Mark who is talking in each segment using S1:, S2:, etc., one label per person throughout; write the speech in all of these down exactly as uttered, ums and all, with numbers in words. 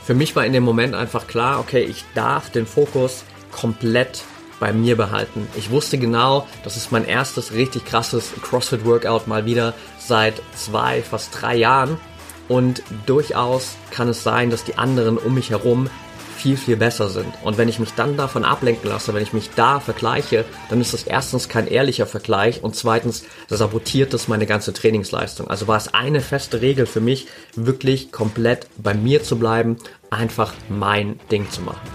S1: Für mich war in dem Moment einfach klar, okay, ich darf den Fokus komplett bei mir behalten. Ich wusste genau, das ist mein erstes richtig krasses CrossFit-Workout mal wieder seit zwei, fast drei Jahren. Und durchaus kann es sein, dass die anderen um mich herum viel, viel besser sind. Und wenn ich mich dann davon ablenken lasse, wenn ich mich da vergleiche, dann ist das erstens kein ehrlicher Vergleich und zweitens sabotiert das meine ganze Trainingsleistung. Also war es eine feste Regel für mich, wirklich komplett bei mir zu bleiben, einfach mein Ding zu machen.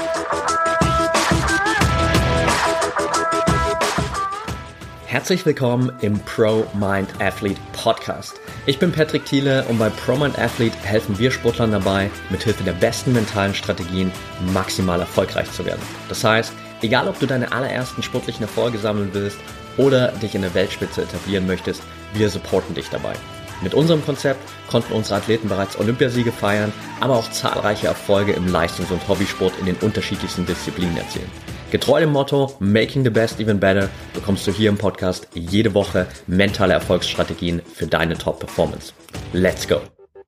S1: Herzlich willkommen im Pro Mind Athlete Podcast. Ich bin Patrick Thiele und bei Pro Mind Athlete helfen wir Sportlern dabei, mithilfe der besten mentalen Strategien maximal erfolgreich zu werden. Das heißt, egal ob du deine allerersten sportlichen Erfolge sammeln willst oder dich in der Weltspitze etablieren möchtest, wir supporten dich dabei. Mit unserem Konzept konnten unsere Athleten bereits Olympiasiege feiern, aber auch zahlreiche Erfolge im Leistungs- und Hobbysport in den unterschiedlichsten Disziplinen erzielen. Getreu dem Motto Making the Best Even Better bekommst du hier im Podcast jede Woche mentale Erfolgsstrategien für deine Top-Performance. Let's go!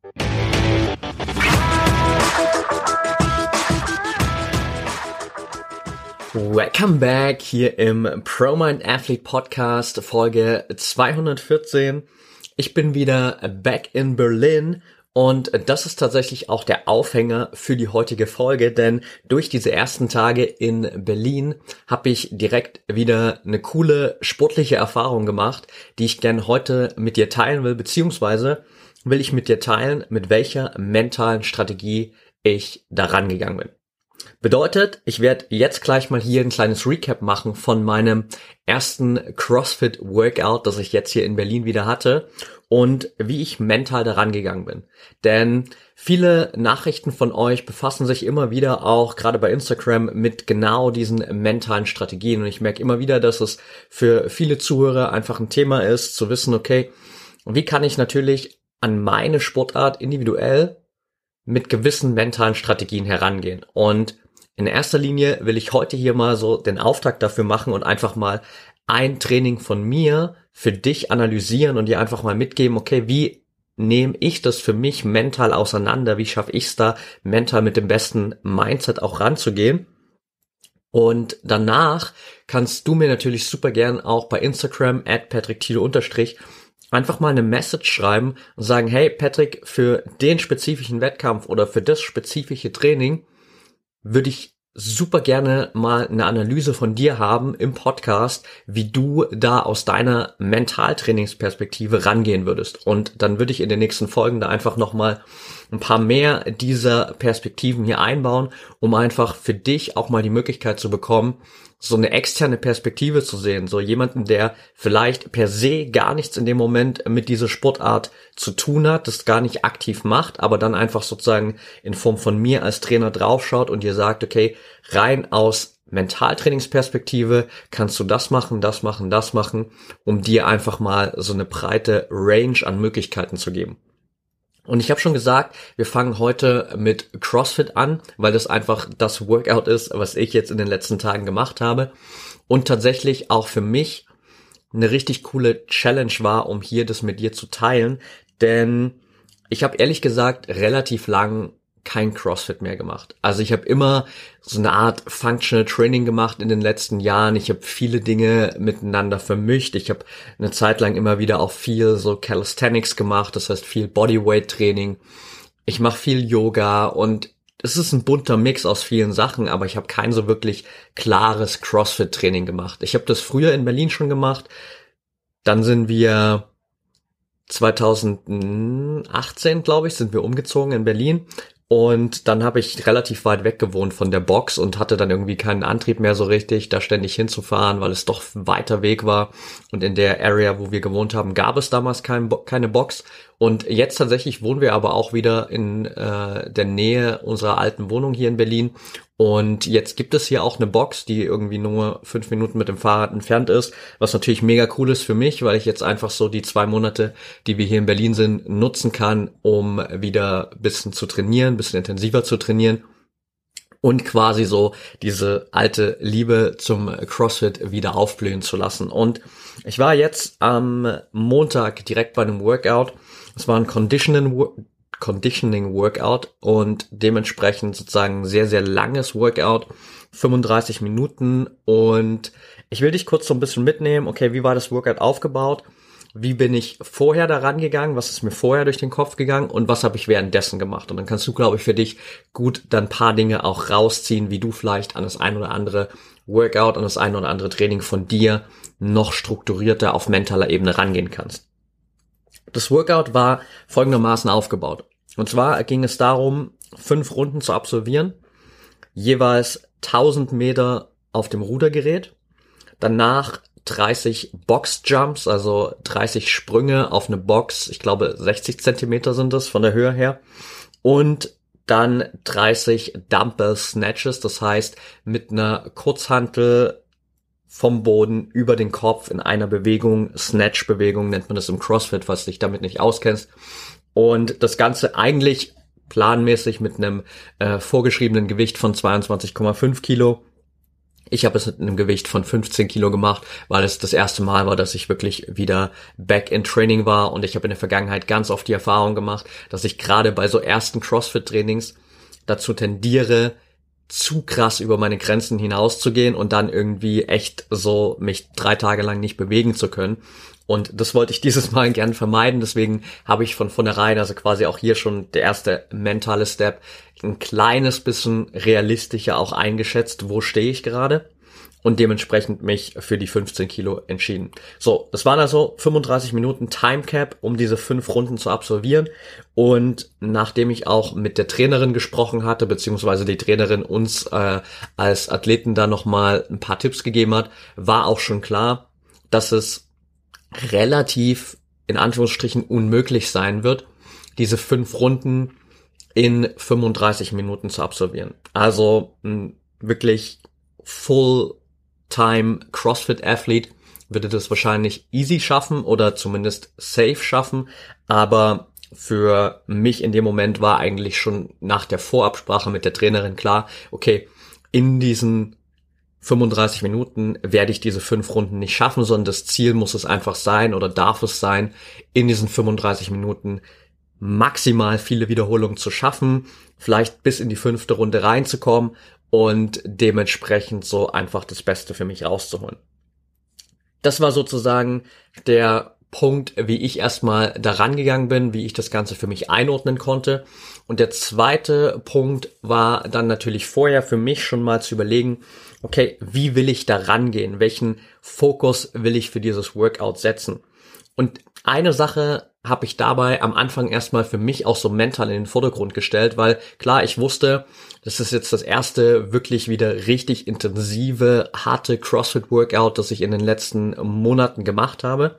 S1: Welcome back hier im Pro Mind Athlete Podcast, Folge zweihundertvierzehn. Ich bin wieder back in Berlin. Und das ist tatsächlich auch der Aufhänger für die heutige Folge, denn durch diese ersten Tage in Berlin habe ich direkt wieder eine coole sportliche Erfahrung gemacht, die ich gerne heute mit dir teilen will, beziehungsweise will ich mit dir teilen, mit welcher mentalen Strategie ich da rangegangen bin. Bedeutet, ich werde jetzt gleich mal hier ein kleines Recap machen von meinem ersten CrossFit-Workout, das ich jetzt hier in Berlin wieder hatte und wie ich mental da rangegangen bin. Denn viele Nachrichten von euch befassen sich immer wieder auch, gerade bei Instagram, mit genau diesen mentalen Strategien. Und ich merke immer wieder, dass es für viele Zuhörer einfach ein Thema ist, zu wissen, okay, wie kann ich natürlich an meine Sportart individuell mit gewissen mentalen Strategien herangehen. Und in erster Linie will ich heute hier mal so den Auftakt dafür machen und einfach mal ein Training von mir für dich analysieren und dir einfach mal mitgeben, okay, wie nehme ich das für mich mental auseinander? Wie schaffe ich es da, mental mit dem besten Mindset auch ranzugehen? Und danach kannst du mir natürlich super gern auch bei Instagram at patrickthiele unterstrich einfach mal eine Message schreiben und sagen, hey Patrick, für den spezifischen Wettkampf oder für das spezifische Training würde ich super gerne mal eine Analyse von dir haben im Podcast, wie du da aus deiner Mentaltrainingsperspektive rangehen würdest. Und dann würde ich in den nächsten Folgen da einfach nochmal ein paar mehr dieser Perspektiven hier einbauen, um einfach für dich auch mal die Möglichkeit zu bekommen, so eine externe Perspektive zu sehen, so jemanden, der vielleicht per se gar nichts in dem Moment mit dieser Sportart zu tun hat, das gar nicht aktiv macht, aber dann einfach sozusagen in Form von mir als Trainer draufschaut und dir sagt, okay, rein aus Mentaltrainingsperspektive kannst du das machen, das machen, das machen, um dir einfach mal so eine breite Range an Möglichkeiten zu geben. Und ich habe schon gesagt, wir fangen heute mit CrossFit an, weil das einfach das Workout ist, was ich jetzt in den letzten Tagen gemacht habe und tatsächlich auch für mich eine richtig coole Challenge war, um hier das mit dir zu teilen, denn ich habe ehrlich gesagt relativ lang kein CrossFit mehr gemacht. Also ich habe immer so eine Art Functional Training gemacht in den letzten Jahren. Ich habe viele Dinge miteinander vermischt. Ich habe eine Zeit lang immer wieder auch viel so Calisthenics gemacht, das heißt viel Bodyweight Training. Ich mache viel Yoga und es ist ein bunter Mix aus vielen Sachen, aber ich habe kein so wirklich klares CrossFit Training gemacht. Ich habe das früher in Berlin schon gemacht. Dann sind wir zweitausendachtzehn, glaube ich, sind wir umgezogen in Berlin. Und dann habe ich relativ weit weg gewohnt von der Box und hatte dann irgendwie keinen Antrieb mehr so richtig, da ständig hinzufahren, weil es doch weiter Weg war. Und in der Area, wo wir gewohnt haben, gab es damals kein Bo- keine Box. Und jetzt tatsächlich wohnen wir aber auch wieder in äh, der Nähe unserer alten Wohnung hier in Berlin. Und jetzt gibt es hier auch eine Box, die irgendwie nur fünf Minuten mit dem Fahrrad entfernt ist, was natürlich mega cool ist für mich, weil ich jetzt einfach so die zwei Monate, die wir hier in Berlin sind, nutzen kann, um wieder ein bisschen zu trainieren, ein bisschen intensiver zu trainieren und quasi so diese alte Liebe zum CrossFit wieder aufblühen zu lassen. Und ich war jetzt am Montag direkt bei einem Workout. Es war ein Conditioning Conditioning Workout und dementsprechend sozusagen sehr, sehr langes Workout, fünfunddreißig Minuten, und ich will dich kurz so ein bisschen mitnehmen. Okay, wie war das Workout aufgebaut? Wie bin ich vorher da rangegangen? Was ist mir vorher durch den Kopf gegangen? Und was habe ich währenddessen gemacht? Und dann kannst du, glaube ich, für dich gut dann ein paar Dinge auch rausziehen, wie du vielleicht an das ein oder andere Workout, an das ein oder andere Training von dir noch strukturierter auf mentaler Ebene rangehen kannst. Das Workout war folgendermaßen aufgebaut. Und zwar ging es darum, fünf Runden zu absolvieren, jeweils tausend Meter auf dem Rudergerät, danach dreißig Boxjumps, also dreißig Sprünge auf eine Box, ich glaube sechzig Zentimeter sind das von der Höhe her, und dann dreißig Dumbbell Snatches, das heißt mit einer Kurzhantel vom Boden über den Kopf in einer Bewegung, Snatch-Bewegung nennt man das im CrossFit, falls du dich damit nicht auskennst, und das Ganze eigentlich planmäßig mit einem äh, vorgeschriebenen Gewicht von zweiundzwanzig Komma fünf Kilo. Ich habe es mit einem Gewicht von fünfzehn Kilo gemacht, weil es das erste Mal war, dass ich wirklich wieder back in Training war, und ich habe in der Vergangenheit ganz oft die Erfahrung gemacht, dass ich gerade bei so ersten CrossFit-Trainings dazu tendiere, zu krass über meine Grenzen hinauszugehen und dann irgendwie echt so mich drei Tage lang nicht bewegen zu können. Und das wollte ich dieses Mal gern vermeiden, deswegen habe ich von vornherein, also quasi auch hier schon der erste mentale Step, ein kleines bisschen realistischer auch eingeschätzt, wo stehe ich gerade, und dementsprechend mich für die fünfzehn Kilo entschieden. So, das waren also fünfunddreißig Minuten Timecap, um diese fünf Runden zu absolvieren, und nachdem ich auch mit der Trainerin gesprochen hatte, beziehungsweise die Trainerin uns äh, als Athleten da nochmal ein paar Tipps gegeben hat, war auch schon klar, dass es relativ in Anführungsstrichen unmöglich sein wird, diese fünf Runden in fünfunddreißig Minuten zu absolvieren. Also ein wirklich Full-Time CrossFit-Athlet würde das wahrscheinlich easy schaffen oder zumindest safe schaffen, aber für mich in dem Moment war eigentlich schon nach der Vorabsprache mit der Trainerin klar, okay, in diesen fünfunddreißig Minuten werde ich diese fünf Runden nicht schaffen, sondern das Ziel muss es einfach sein oder darf es sein, in diesen fünfunddreißig Minuten maximal viele Wiederholungen zu schaffen, vielleicht bis in die fünfte Runde reinzukommen und dementsprechend so einfach das Beste für mich rauszuholen. Das war sozusagen der Punkt, wie ich erstmal da rangegangen bin, wie ich das Ganze für mich einordnen konnte. Und der zweite Punkt war dann natürlich vorher für mich schon mal zu überlegen, okay, wie will ich da rangehen? Welchen Fokus will ich für dieses Workout setzen? Und eine Sache habe ich dabei am Anfang erstmal für mich auch so mental in den Vordergrund gestellt, weil klar, ich wusste, das ist jetzt das erste wirklich wieder richtig intensive, harte CrossFit-Workout, das ich in den letzten Monaten gemacht habe.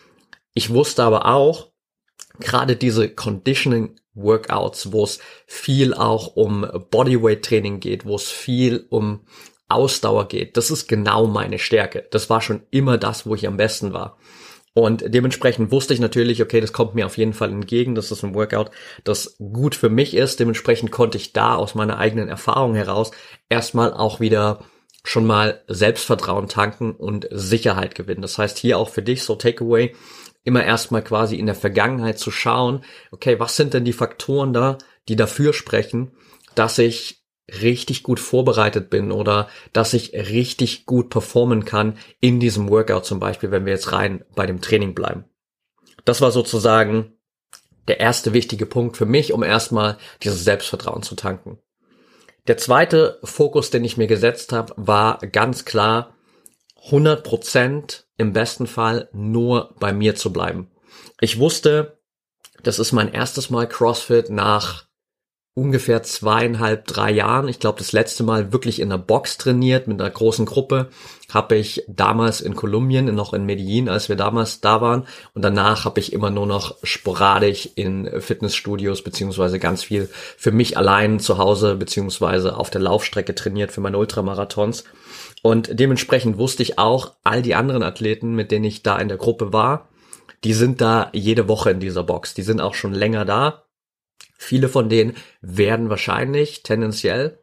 S1: Ich wusste aber auch, gerade diese Conditioning-Workouts, wo es viel auch um Bodyweight-Training geht, wo es viel um Ausdauer geht, das ist genau meine Stärke. Das war schon immer das, wo ich am besten war. Und dementsprechend wusste ich natürlich, okay, das kommt mir auf jeden Fall entgegen. Das ist ein Workout, das gut für mich ist. Dementsprechend konnte ich da aus meiner eigenen Erfahrung heraus erstmal auch wieder schon mal Selbstvertrauen tanken und Sicherheit gewinnen. Das heißt, hier auch für dich so Takeaway, immer erstmal quasi in der Vergangenheit zu schauen, okay, was sind denn die Faktoren da, die dafür sprechen, dass ich richtig gut vorbereitet bin oder dass ich richtig gut performen kann in diesem Workout, zum Beispiel, wenn wir jetzt rein bei dem Training bleiben. Das war sozusagen der erste wichtige Punkt für mich, um erstmal dieses Selbstvertrauen zu tanken. Der zweite Fokus, den ich mir gesetzt habe, war ganz klar, hundert Prozent im besten Fall nur bei mir zu bleiben. Ich wusste, das ist mein erstes Mal CrossFit nach ungefähr zweieinhalb, drei Jahren. Ich glaube, das letzte Mal wirklich in einer Box trainiert mit einer großen Gruppe habe ich damals in Kolumbien, noch in Medellin, als wir damals da waren. Und danach habe ich immer nur noch sporadisch in Fitnessstudios beziehungsweise ganz viel für mich allein zu Hause beziehungsweise auf der Laufstrecke trainiert für meine Ultramarathons. Und dementsprechend wusste ich auch, all die anderen Athleten, mit denen ich da in der Gruppe war, die sind da jede Woche in dieser Box. Die sind auch schon länger da. Viele von denen werden wahrscheinlich tendenziell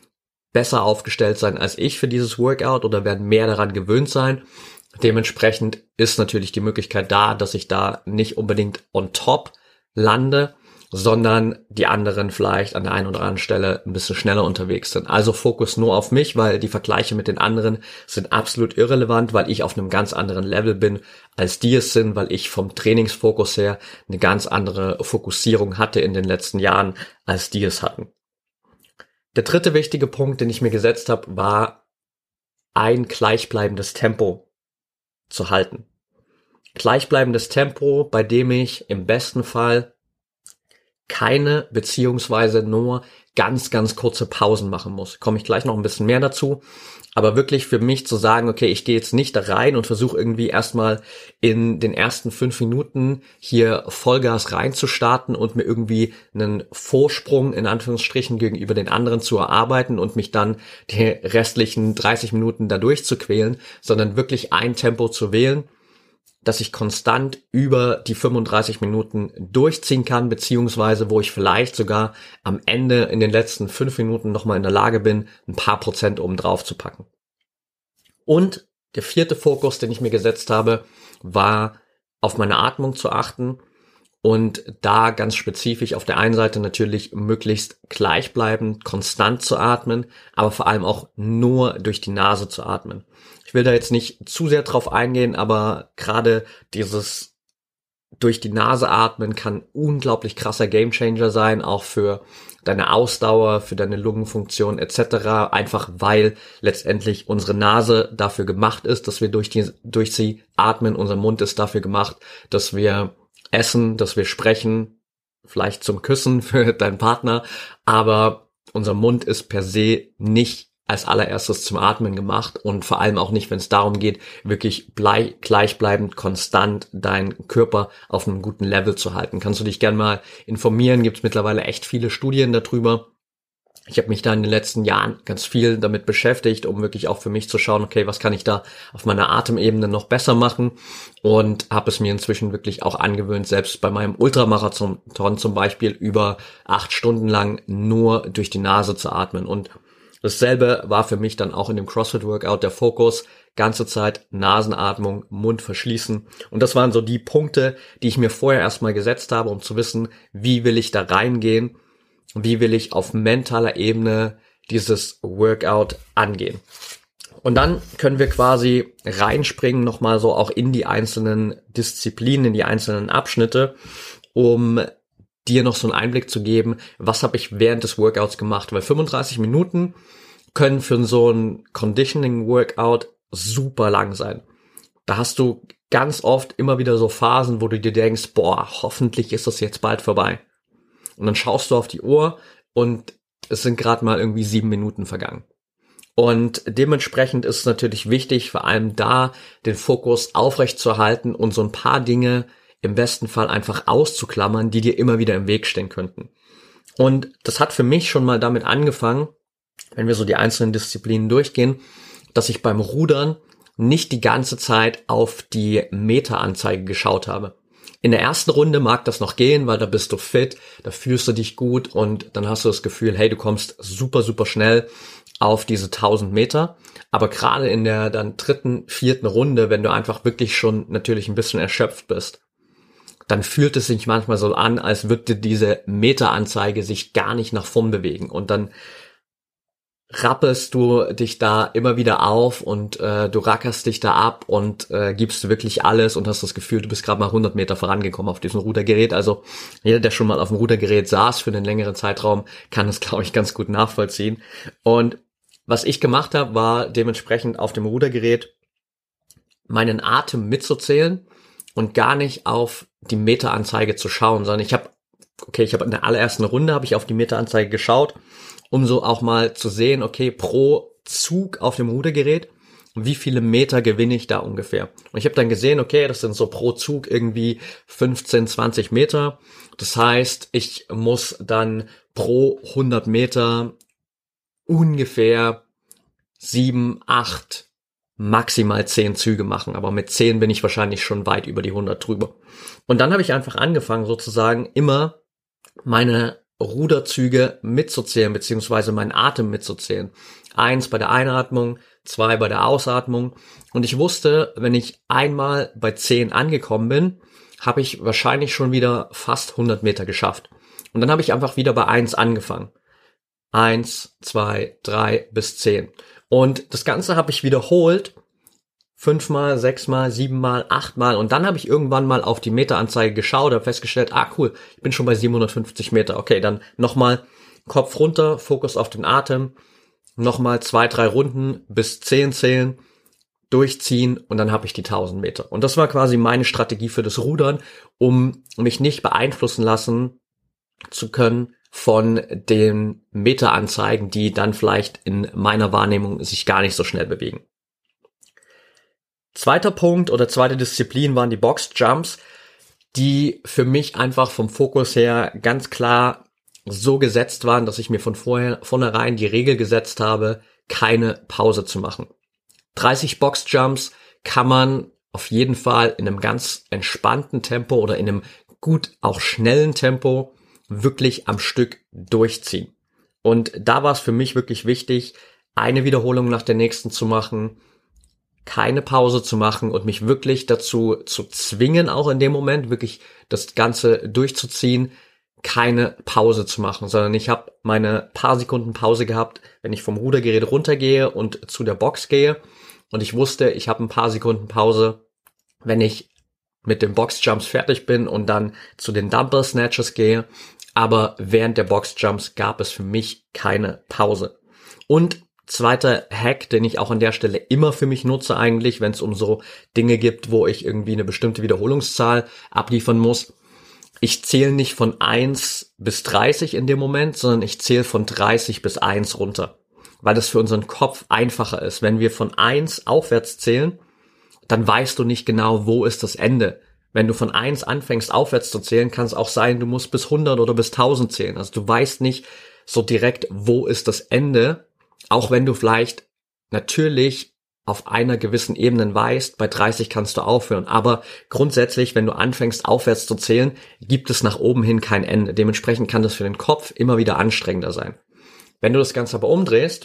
S1: besser aufgestellt sein als ich für dieses Workout oder werden mehr daran gewöhnt sein. Dementsprechend ist natürlich die Möglichkeit da, dass ich da nicht unbedingt on top lande, sondern die anderen vielleicht an der einen oder anderen Stelle ein bisschen schneller unterwegs sind. Also Fokus nur auf mich, weil die Vergleiche mit den anderen sind absolut irrelevant, weil ich auf einem ganz anderen Level bin, als die es sind, weil ich vom Trainingsfokus her eine ganz andere Fokussierung hatte in den letzten Jahren, als die es hatten. Der dritte wichtige Punkt, den ich mir gesetzt habe, war ein gleichbleibendes Tempo zu halten. Gleichbleibendes Tempo, bei dem ich im besten Fall keine beziehungsweise nur ganz, ganz kurze Pausen machen muss. Komme ich gleich noch ein bisschen mehr dazu. Aber wirklich für mich zu sagen, okay, ich gehe jetzt nicht da rein und versuche irgendwie erstmal in den ersten fünf Minuten hier Vollgas reinzustarten und mir irgendwie einen Vorsprung in Anführungsstrichen gegenüber den anderen zu erarbeiten und mich dann die restlichen dreißig Minuten da durchzuquälen, sondern wirklich ein Tempo zu wählen, dass ich konstant über die fünfunddreißig Minuten durchziehen kann, beziehungsweise wo ich vielleicht sogar am Ende in den letzten fünf Minuten nochmal in der Lage bin, ein paar Prozent oben drauf zu packen. Und der vierte Fokus, den ich mir gesetzt habe, war auf meine Atmung zu achten und da ganz spezifisch auf der einen Seite natürlich möglichst gleichbleibend, konstant zu atmen, aber vor allem auch nur durch die Nase zu atmen. Ich will da jetzt nicht zu sehr drauf eingehen, aber gerade dieses durch die Nase atmen kann unglaublich krasser Gamechanger sein, auch für deine Ausdauer, für deine Lungenfunktion et cetera. Einfach weil letztendlich unsere Nase dafür gemacht ist, dass wir durch die durch sie atmen. Unser Mund ist dafür gemacht, dass wir essen, dass wir sprechen, vielleicht zum Küssen für deinen Partner, aber unser Mund ist per se nicht als allererstes zum Atmen gemacht und vor allem auch nicht, wenn es darum geht, wirklich blei- gleichbleibend, konstant deinen Körper auf einem guten Level zu halten. Kannst du dich gerne mal informieren, gibt es mittlerweile echt viele Studien darüber. Ich habe mich da in den letzten Jahren ganz viel damit beschäftigt, um wirklich auch für mich zu schauen, okay, was kann ich da auf meiner Atemebene noch besser machen, und habe es mir inzwischen wirklich auch angewöhnt, selbst bei meinem Ultramarathon zum Beispiel über acht Stunden lang nur durch die Nase zu atmen. Und dasselbe war für mich dann auch in dem CrossFit-Workout der Fokus, ganze Zeit Nasenatmung, Mund verschließen. Und das waren so die Punkte, die ich mir vorher erstmal gesetzt habe, um zu wissen, wie will ich da reingehen, wie will ich auf mentaler Ebene dieses Workout angehen. Und dann können wir quasi reinspringen, nochmal so auch in die einzelnen Disziplinen, in die einzelnen Abschnitte, um dir noch so einen Einblick zu geben, was habe ich während des Workouts gemacht. Weil fünfunddreißig Minuten können für so ein Conditioning-Workout super lang sein. Da hast du ganz oft immer wieder so Phasen, wo du dir denkst, boah, hoffentlich ist das jetzt bald vorbei. Und dann schaust du auf die Uhr und es sind gerade mal irgendwie sieben Minuten vergangen. Und dementsprechend ist es natürlich wichtig, vor allem da den Fokus aufrecht zu erhalten und so ein paar Dinge im besten Fall einfach auszuklammern, die dir immer wieder im Weg stehen könnten. Und das hat für mich schon mal damit angefangen, wenn wir so die einzelnen Disziplinen durchgehen, dass ich beim Rudern nicht die ganze Zeit auf die Meteranzeige geschaut habe. In der ersten Runde mag das noch gehen, weil da bist du fit, da fühlst du dich gut und dann hast du das Gefühl, hey, du kommst super, super schnell auf diese tausend Meter. Aber gerade in der dann dritten, vierten Runde, wenn du einfach wirklich schon natürlich ein bisschen erschöpft bist, dann fühlt es sich manchmal so an, als würde diese Meteranzeige sich gar nicht nach vorn bewegen. Und dann rappelst du dich da immer wieder auf und äh, du rackerst dich da ab und äh, gibst wirklich alles und hast das Gefühl, du bist gerade mal hundert Meter vorangekommen auf diesem Rudergerät. Also jeder, der schon mal auf dem Rudergerät saß für einen längeren Zeitraum, kann es, glaube ich, ganz gut nachvollziehen. Und was ich gemacht habe, war dementsprechend auf dem Rudergerät meinen Atem mitzuzählen und gar nicht auf die Meteranzeige zu schauen, sondern ich habe, okay, ich habe in der allerersten Runde habe ich auf die Meteranzeige geschaut, um so auch mal zu sehen, okay, pro Zug auf dem Rudergerät, wie viele Meter gewinne ich da ungefähr. Und ich habe dann gesehen, okay, das sind so pro Zug irgendwie fünfzehn, zwanzig Meter. Das heißt, ich muss dann pro hundert Meter ungefähr sieben, acht, maximal zehn Züge machen. Aber mit zehn bin ich wahrscheinlich schon weit über die hundert drüber. Und dann habe ich einfach angefangen, sozusagen immer meine Ruderzüge mitzuzählen, beziehungsweise meinen Atem mitzuzählen. Eins bei der Einatmung, zwei bei der Ausatmung. Und ich wusste, wenn ich einmal bei zehn angekommen bin, habe ich wahrscheinlich schon wieder fast hundert Meter geschafft. Und dann habe ich einfach wieder bei eins angefangen. Eins, zwei, drei bis zehn. Und das Ganze habe ich wiederholt. Fünfmal, sechsmal, siebenmal, achtmal. Und dann habe ich irgendwann mal auf die Meteranzeige geschaut, habe festgestellt, ah cool, ich bin schon bei siebenhundertfünfzig Meter. Okay, dann nochmal Kopf runter, Fokus auf den Atem. Nochmal zwei, drei Runden bis zehn zählen, durchziehen und dann habe ich die tausend Meter. Und das war quasi meine Strategie für das Rudern, um mich nicht beeinflussen lassen zu können von den Meteranzeigen, die dann vielleicht in meiner Wahrnehmung sich gar nicht so schnell bewegen. Zweiter Punkt oder zweite Disziplin waren die Boxjumps, die für mich einfach vom Fokus her ganz klar so gesetzt waren, dass ich mir von vorher, vornherein die Regel gesetzt habe, keine Pause zu machen. dreißig Boxjumps kann man auf jeden Fall in einem ganz entspannten Tempo oder in einem gut auch schnellen Tempo wirklich am Stück durchziehen. Und da war es für mich wirklich wichtig, eine Wiederholung nach der nächsten zu machen, keine Pause zu machen und mich wirklich dazu zu zwingen, auch in dem Moment wirklich das Ganze durchzuziehen, keine Pause zu machen, sondern ich habe meine paar Sekunden Pause gehabt, wenn ich vom Rudergerät runtergehe und zu der Box gehe. Und ich wusste, ich habe ein paar Sekunden Pause, wenn ich mit den Boxjumps fertig bin und dann zu den Dumbbell Snatches gehe. Aber während der Boxjumps gab es für mich keine Pause. Und zweiter Hack, den ich auch an der Stelle immer für mich nutze eigentlich, wenn es um so Dinge gibt, wo ich irgendwie eine bestimmte Wiederholungszahl abliefern muss. Ich zähle nicht von eins bis dreißig in dem Moment, sondern ich zähle von dreißig bis eins runter. Weil das für unseren Kopf einfacher ist. Wenn wir von eins aufwärts zählen, dann weißt du nicht genau, wo ist das Ende. Wenn du von eins anfängst aufwärts zu zählen, kann es auch sein, du musst bis hundert oder bis tausend zählen. Also du weißt nicht so direkt, wo ist das Ende, auch wenn du vielleicht natürlich auf einer gewissen Ebene weißt, bei dreißig kannst du aufhören. Aber grundsätzlich, wenn du anfängst aufwärts zu zählen, gibt es nach oben hin kein Ende. Dementsprechend kann das für den Kopf immer wieder anstrengender sein. Wenn du das Ganze aber umdrehst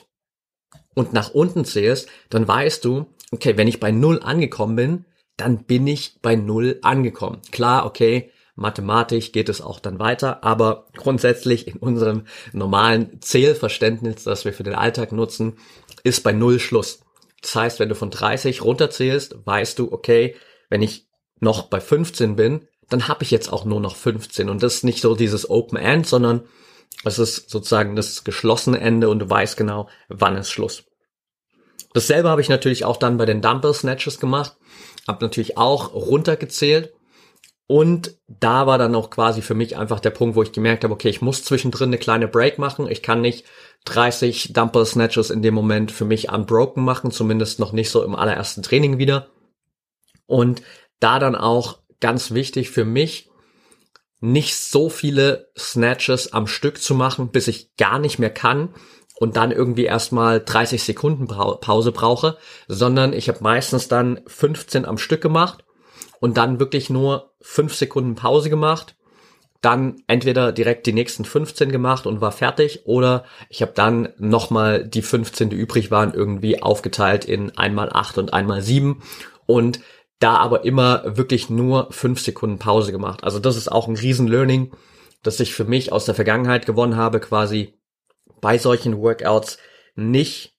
S1: und nach unten zählst, dann weißt du, okay, wenn ich bei null angekommen bin, dann bin ich bei null angekommen. Klar, okay, mathematisch geht es auch dann weiter, aber grundsätzlich in unserem normalen Zählverständnis, das wir für den Alltag nutzen, ist bei null Schluss. Das heißt, wenn du von dreißig runterzählst, weißt du, okay, wenn ich noch bei fünfzehn bin, dann habe ich jetzt auch nur noch fünfzehn. Und das ist nicht so dieses Open End, sondern es ist sozusagen das geschlossene Ende und du weißt genau, wann ist Schluss. Dasselbe habe ich natürlich auch dann bei den Dumbbell Snatches gemacht, habe natürlich auch runtergezählt und da war dann auch quasi für mich einfach der Punkt, wo ich gemerkt habe, okay, ich muss zwischendrin eine kleine Break machen, ich kann nicht dreißig Dumbbell Snatches in dem Moment für mich unbroken machen, zumindest noch nicht so im allerersten Training wieder. Und da dann auch ganz wichtig für mich, nicht so viele Snatches am Stück zu machen, bis ich gar nicht mehr kann und dann irgendwie erstmal dreißig Sekunden Pause brauche, sondern ich habe meistens dann fünfzehn am Stück gemacht und dann wirklich nur fünf Sekunden Pause gemacht, dann entweder direkt die nächsten fünfzehn gemacht und war fertig oder ich habe dann nochmal die fünfzehn, die übrig waren, irgendwie aufgeteilt in einmal acht und einmal sieben und da aber immer wirklich nur fünf Sekunden Pause gemacht. Also das ist auch ein Riesen-Learning, das ich für mich aus der Vergangenheit gewonnen habe, quasi bei solchen Workouts nicht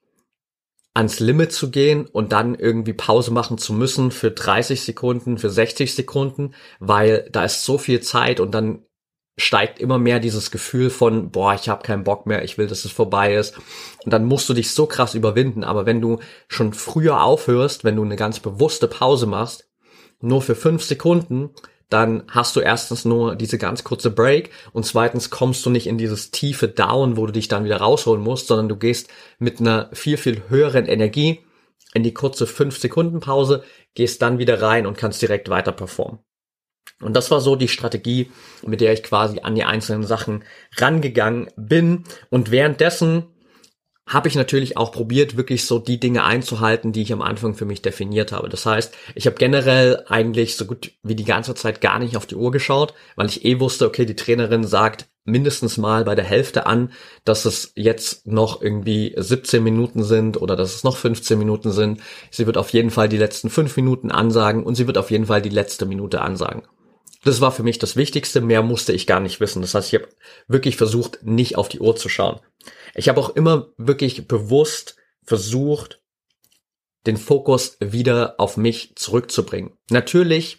S1: ans Limit zu gehen und dann irgendwie Pause machen zu müssen für dreißig Sekunden, für sechzig Sekunden, weil da ist so viel Zeit und dann steigt immer mehr dieses Gefühl von, boah, ich habe keinen Bock mehr, ich will, dass es vorbei ist. Und dann musst du dich so krass überwinden. Aber wenn du schon früher aufhörst, wenn du eine ganz bewusste Pause machst, nur für fünf Sekunden, dann hast du erstens nur diese ganz kurze Break und zweitens kommst du nicht in dieses tiefe Down, wo du dich dann wieder rausholen musst, sondern du gehst mit einer viel, viel höheren Energie in die kurze fünf Sekunden Pause, gehst dann wieder rein und kannst direkt weiter performen. Und das war so die Strategie, mit der ich quasi an die einzelnen Sachen rangegangen bin. Und währenddessen habe ich natürlich auch probiert, wirklich so die Dinge einzuhalten, die ich am Anfang für mich definiert habe. Das heißt, ich habe generell eigentlich so gut wie die ganze Zeit gar nicht auf die Uhr geschaut, weil ich eh wusste, okay, die Trainerin sagt mindestens mal bei der Hälfte an, dass es jetzt noch irgendwie siebzehn Minuten sind oder dass es noch fünfzehn Minuten sind. Sie wird auf jeden Fall die letzten fünf Minuten ansagen und sie wird auf jeden Fall die letzte Minute ansagen. Das war für mich das Wichtigste, mehr musste ich gar nicht wissen. Das heißt, ich habe wirklich versucht, nicht auf die Uhr zu schauen. Ich habe auch immer wirklich bewusst versucht, den Fokus wieder auf mich zurückzubringen. Natürlich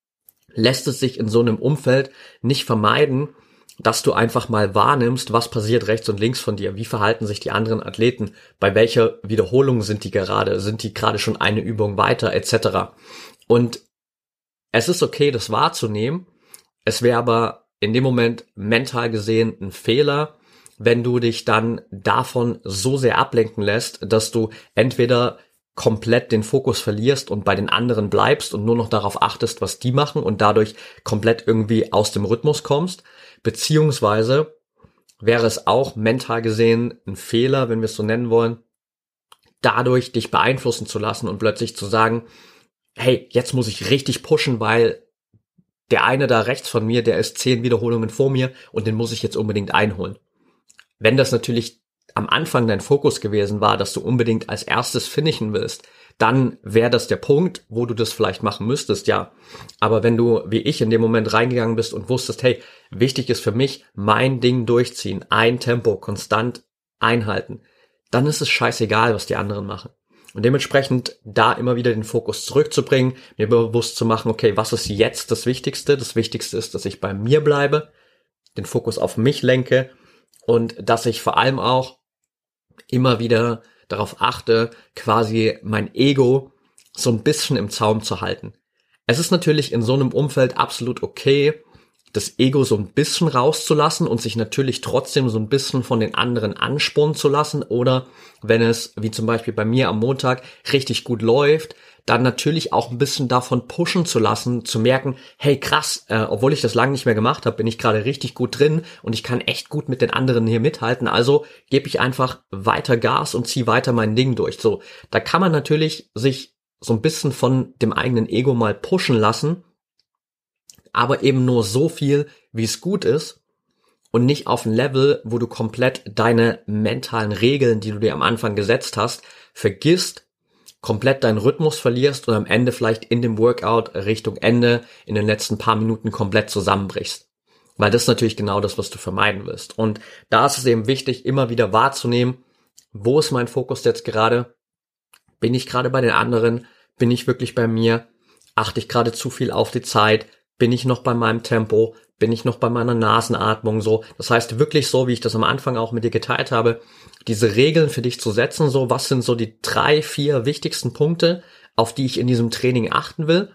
S1: lässt es sich in so einem Umfeld nicht vermeiden, dass du einfach mal wahrnimmst, was passiert rechts und links von dir, wie verhalten sich die anderen Athleten, bei welcher Wiederholung sind die gerade, sind die gerade schon eine Übung weiter, et cetera. Und es ist okay, das wahrzunehmen, es wäre aber in dem Moment mental gesehen ein Fehler, wenn du dich dann davon so sehr ablenken lässt, dass du entweder komplett den Fokus verlierst und bei den anderen bleibst und nur noch darauf achtest, was die machen und dadurch komplett irgendwie aus dem Rhythmus kommst, beziehungsweise wäre es auch mental gesehen ein Fehler, wenn wir es so nennen wollen, dadurch dich beeinflussen zu lassen und plötzlich zu sagen, hey, jetzt muss ich richtig pushen, weil der eine da rechts von mir, der ist zehn Wiederholungen vor mir und den muss ich jetzt unbedingt einholen. Wenn das natürlich am Anfang dein Fokus gewesen war, dass du unbedingt als erstes finishen willst, dann wäre das der Punkt, wo du das vielleicht machen müsstest, ja. Aber wenn du, wie ich, in dem Moment reingegangen bist und wusstest, hey, wichtig ist für mich, mein Ding durchziehen, ein Tempo konstant einhalten, dann ist es scheißegal, was die anderen machen. Und dementsprechend da immer wieder den Fokus zurückzubringen, mir bewusst zu machen, okay, was ist jetzt das Wichtigste? Das Wichtigste ist, dass ich bei mir bleibe, den Fokus auf mich lenke und dass ich vor allem auch immer wieder darauf achte, quasi mein Ego so ein bisschen im Zaum zu halten. Es ist natürlich in so einem Umfeld absolut okay, das Ego so ein bisschen rauszulassen und sich natürlich trotzdem so ein bisschen von den anderen anspornen zu lassen oder wenn es, wie zum Beispiel bei mir am Montag, richtig gut läuft, dann natürlich auch ein bisschen davon pushen zu lassen, zu merken, hey krass, äh, obwohl ich das lange nicht mehr gemacht habe, bin ich gerade richtig gut drin und ich kann echt gut mit den anderen hier mithalten, also gebe ich einfach weiter Gas und ziehe weiter mein Ding durch. So, da kann man natürlich sich so ein bisschen von dem eigenen Ego mal pushen lassen, aber eben nur so viel, wie es gut ist und nicht auf ein Level, wo du komplett deine mentalen Regeln, die du dir am Anfang gesetzt hast, vergisst, komplett deinen Rhythmus verlierst und am Ende vielleicht in dem Workout Richtung Ende in den letzten paar Minuten komplett zusammenbrichst. Weil das ist natürlich genau das, was du vermeiden willst. Und da ist es eben wichtig, immer wieder wahrzunehmen, wo ist mein Fokus jetzt gerade? Bin ich gerade bei den anderen? Bin ich wirklich bei mir? Achte ich gerade zu viel auf die Zeit? Bin ich noch bei meinem Tempo? Bin ich noch bei meiner Nasenatmung so? Das heißt wirklich so, wie ich das am Anfang auch mit dir geteilt habe, diese Regeln für dich zu setzen, so was sind so die drei, vier wichtigsten Punkte, auf die ich in diesem Training achten will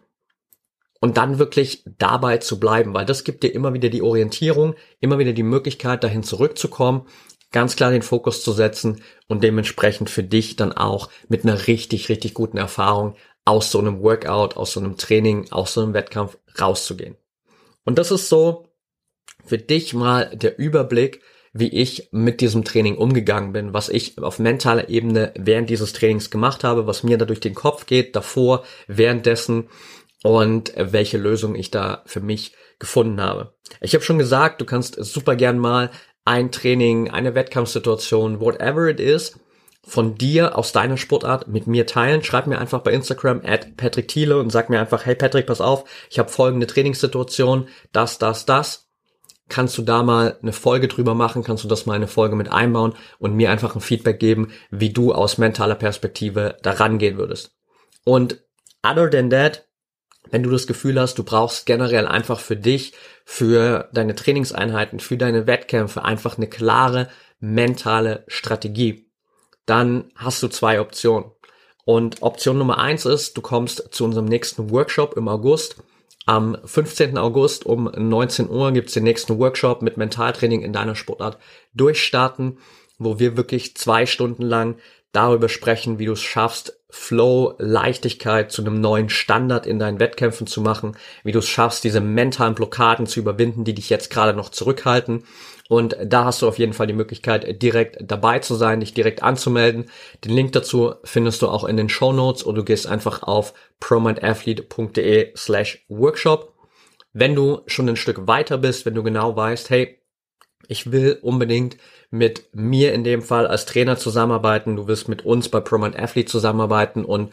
S1: und dann wirklich dabei zu bleiben, weil das gibt dir immer wieder die Orientierung, immer wieder die Möglichkeit, dahin zurückzukommen, ganz klar den Fokus zu setzen und dementsprechend für dich dann auch mit einer richtig, richtig guten Erfahrung aus so einem Workout, aus so einem Training, aus so einem Wettkampf rauszugehen. Und das ist so für dich mal der Überblick, wie ich mit diesem Training umgegangen bin, was ich auf mentaler Ebene während dieses Trainings gemacht habe, was mir da durch den Kopf geht, davor, währenddessen und welche Lösung ich da für mich gefunden habe. Ich habe schon gesagt, du kannst super gern mal ein Training, eine Wettkampfsituation, whatever it is, von dir aus deiner Sportart mit mir teilen. Schreib mir einfach bei Instagram at Patrick Thiele und sag mir einfach, hey Patrick, pass auf, ich habe folgende Trainingssituation, das, das, das. Kannst du da mal eine Folge drüber machen, kannst du das mal eine Folge mit einbauen und mir einfach ein Feedback geben, wie du aus mentaler Perspektive da rangehen würdest. Und other than that, wenn du das Gefühl hast, du brauchst generell einfach für dich, für deine Trainingseinheiten, für deine Wettkämpfe einfach eine klare mentale Strategie, dann hast du zwei Optionen. Und Option Nummer eins ist, du kommst zu unserem nächsten Workshop im August. Am fünfzehnten August um neunzehn Uhr gibt's den nächsten Workshop mit Mentaltraining in deiner Sportart durchstarten, wo wir wirklich zwei Stunden lang darüber sprechen, wie du es schaffst, Flow, Leichtigkeit zu einem neuen Standard in deinen Wettkämpfen zu machen, wie du es schaffst, diese mentalen Blockaden zu überwinden, die dich jetzt gerade noch zurückhalten. Und da hast du auf jeden Fall die Möglichkeit, direkt dabei zu sein, dich direkt anzumelden. Den Link dazu findest du auch in den Shownotes oder du gehst einfach auf promindathlete.de slash workshop. Wenn du schon ein Stück weiter bist, wenn du genau weißt, hey, ich will unbedingt mit mir in dem Fall als Trainer zusammenarbeiten, du willst mit uns bei ProMind Athlete zusammenarbeiten und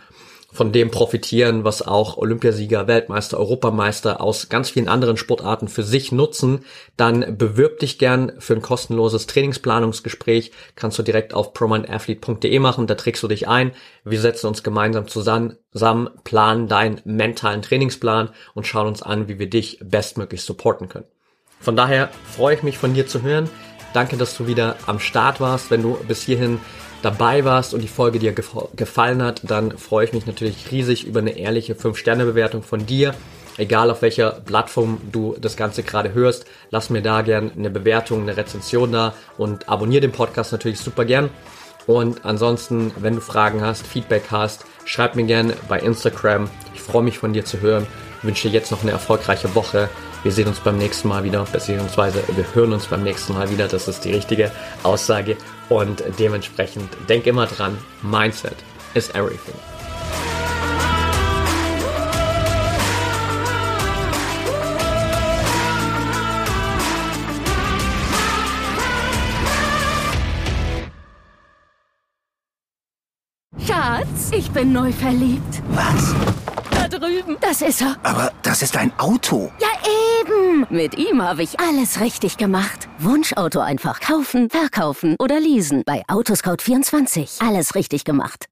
S1: von dem profitieren, was auch Olympiasieger, Weltmeister, Europameister aus ganz vielen anderen Sportarten für sich nutzen, dann bewirb dich gern für ein kostenloses Trainingsplanungsgespräch. Kannst du direkt auf pro mind athlete punkt de machen, da trägst du dich ein. Wir setzen uns gemeinsam zusammen, zusammen, planen deinen mentalen Trainingsplan und schauen uns an, wie wir dich bestmöglich supporten können. Von daher freue ich mich, von dir zu hören. Danke, dass du wieder am Start warst. Wenn du bis hierhin dabei warst und die Folge dir gef- gefallen hat, dann freue ich mich natürlich riesig über eine ehrliche fünf Sterne Bewertung von dir. Egal auf welcher Plattform du das Ganze gerade hörst, lass mir da gern eine Bewertung, eine Rezension da und abonniere den Podcast natürlich super gern. Und ansonsten, wenn du Fragen hast, Feedback hast, schreib mir gern bei Instagram. Ich freue mich, von dir zu hören. Ich wünsche dir jetzt noch eine erfolgreiche Woche. Wir sehen uns beim nächsten Mal wieder, beziehungsweise wir hören uns beim nächsten Mal wieder. Das ist die richtige Aussage. Und dementsprechend denk immer dran, Mindset is everything.
S2: Schatz, ich bin neu verliebt.
S3: Was?
S2: Da drüben. Das ist er.
S3: Aber das ist ein Auto.
S2: Ja, eben. Mit ihm habe ich alles richtig gemacht. Wunschauto einfach kaufen, verkaufen oder leasen. Bei Autoscout vierundzwanzig. Alles richtig gemacht.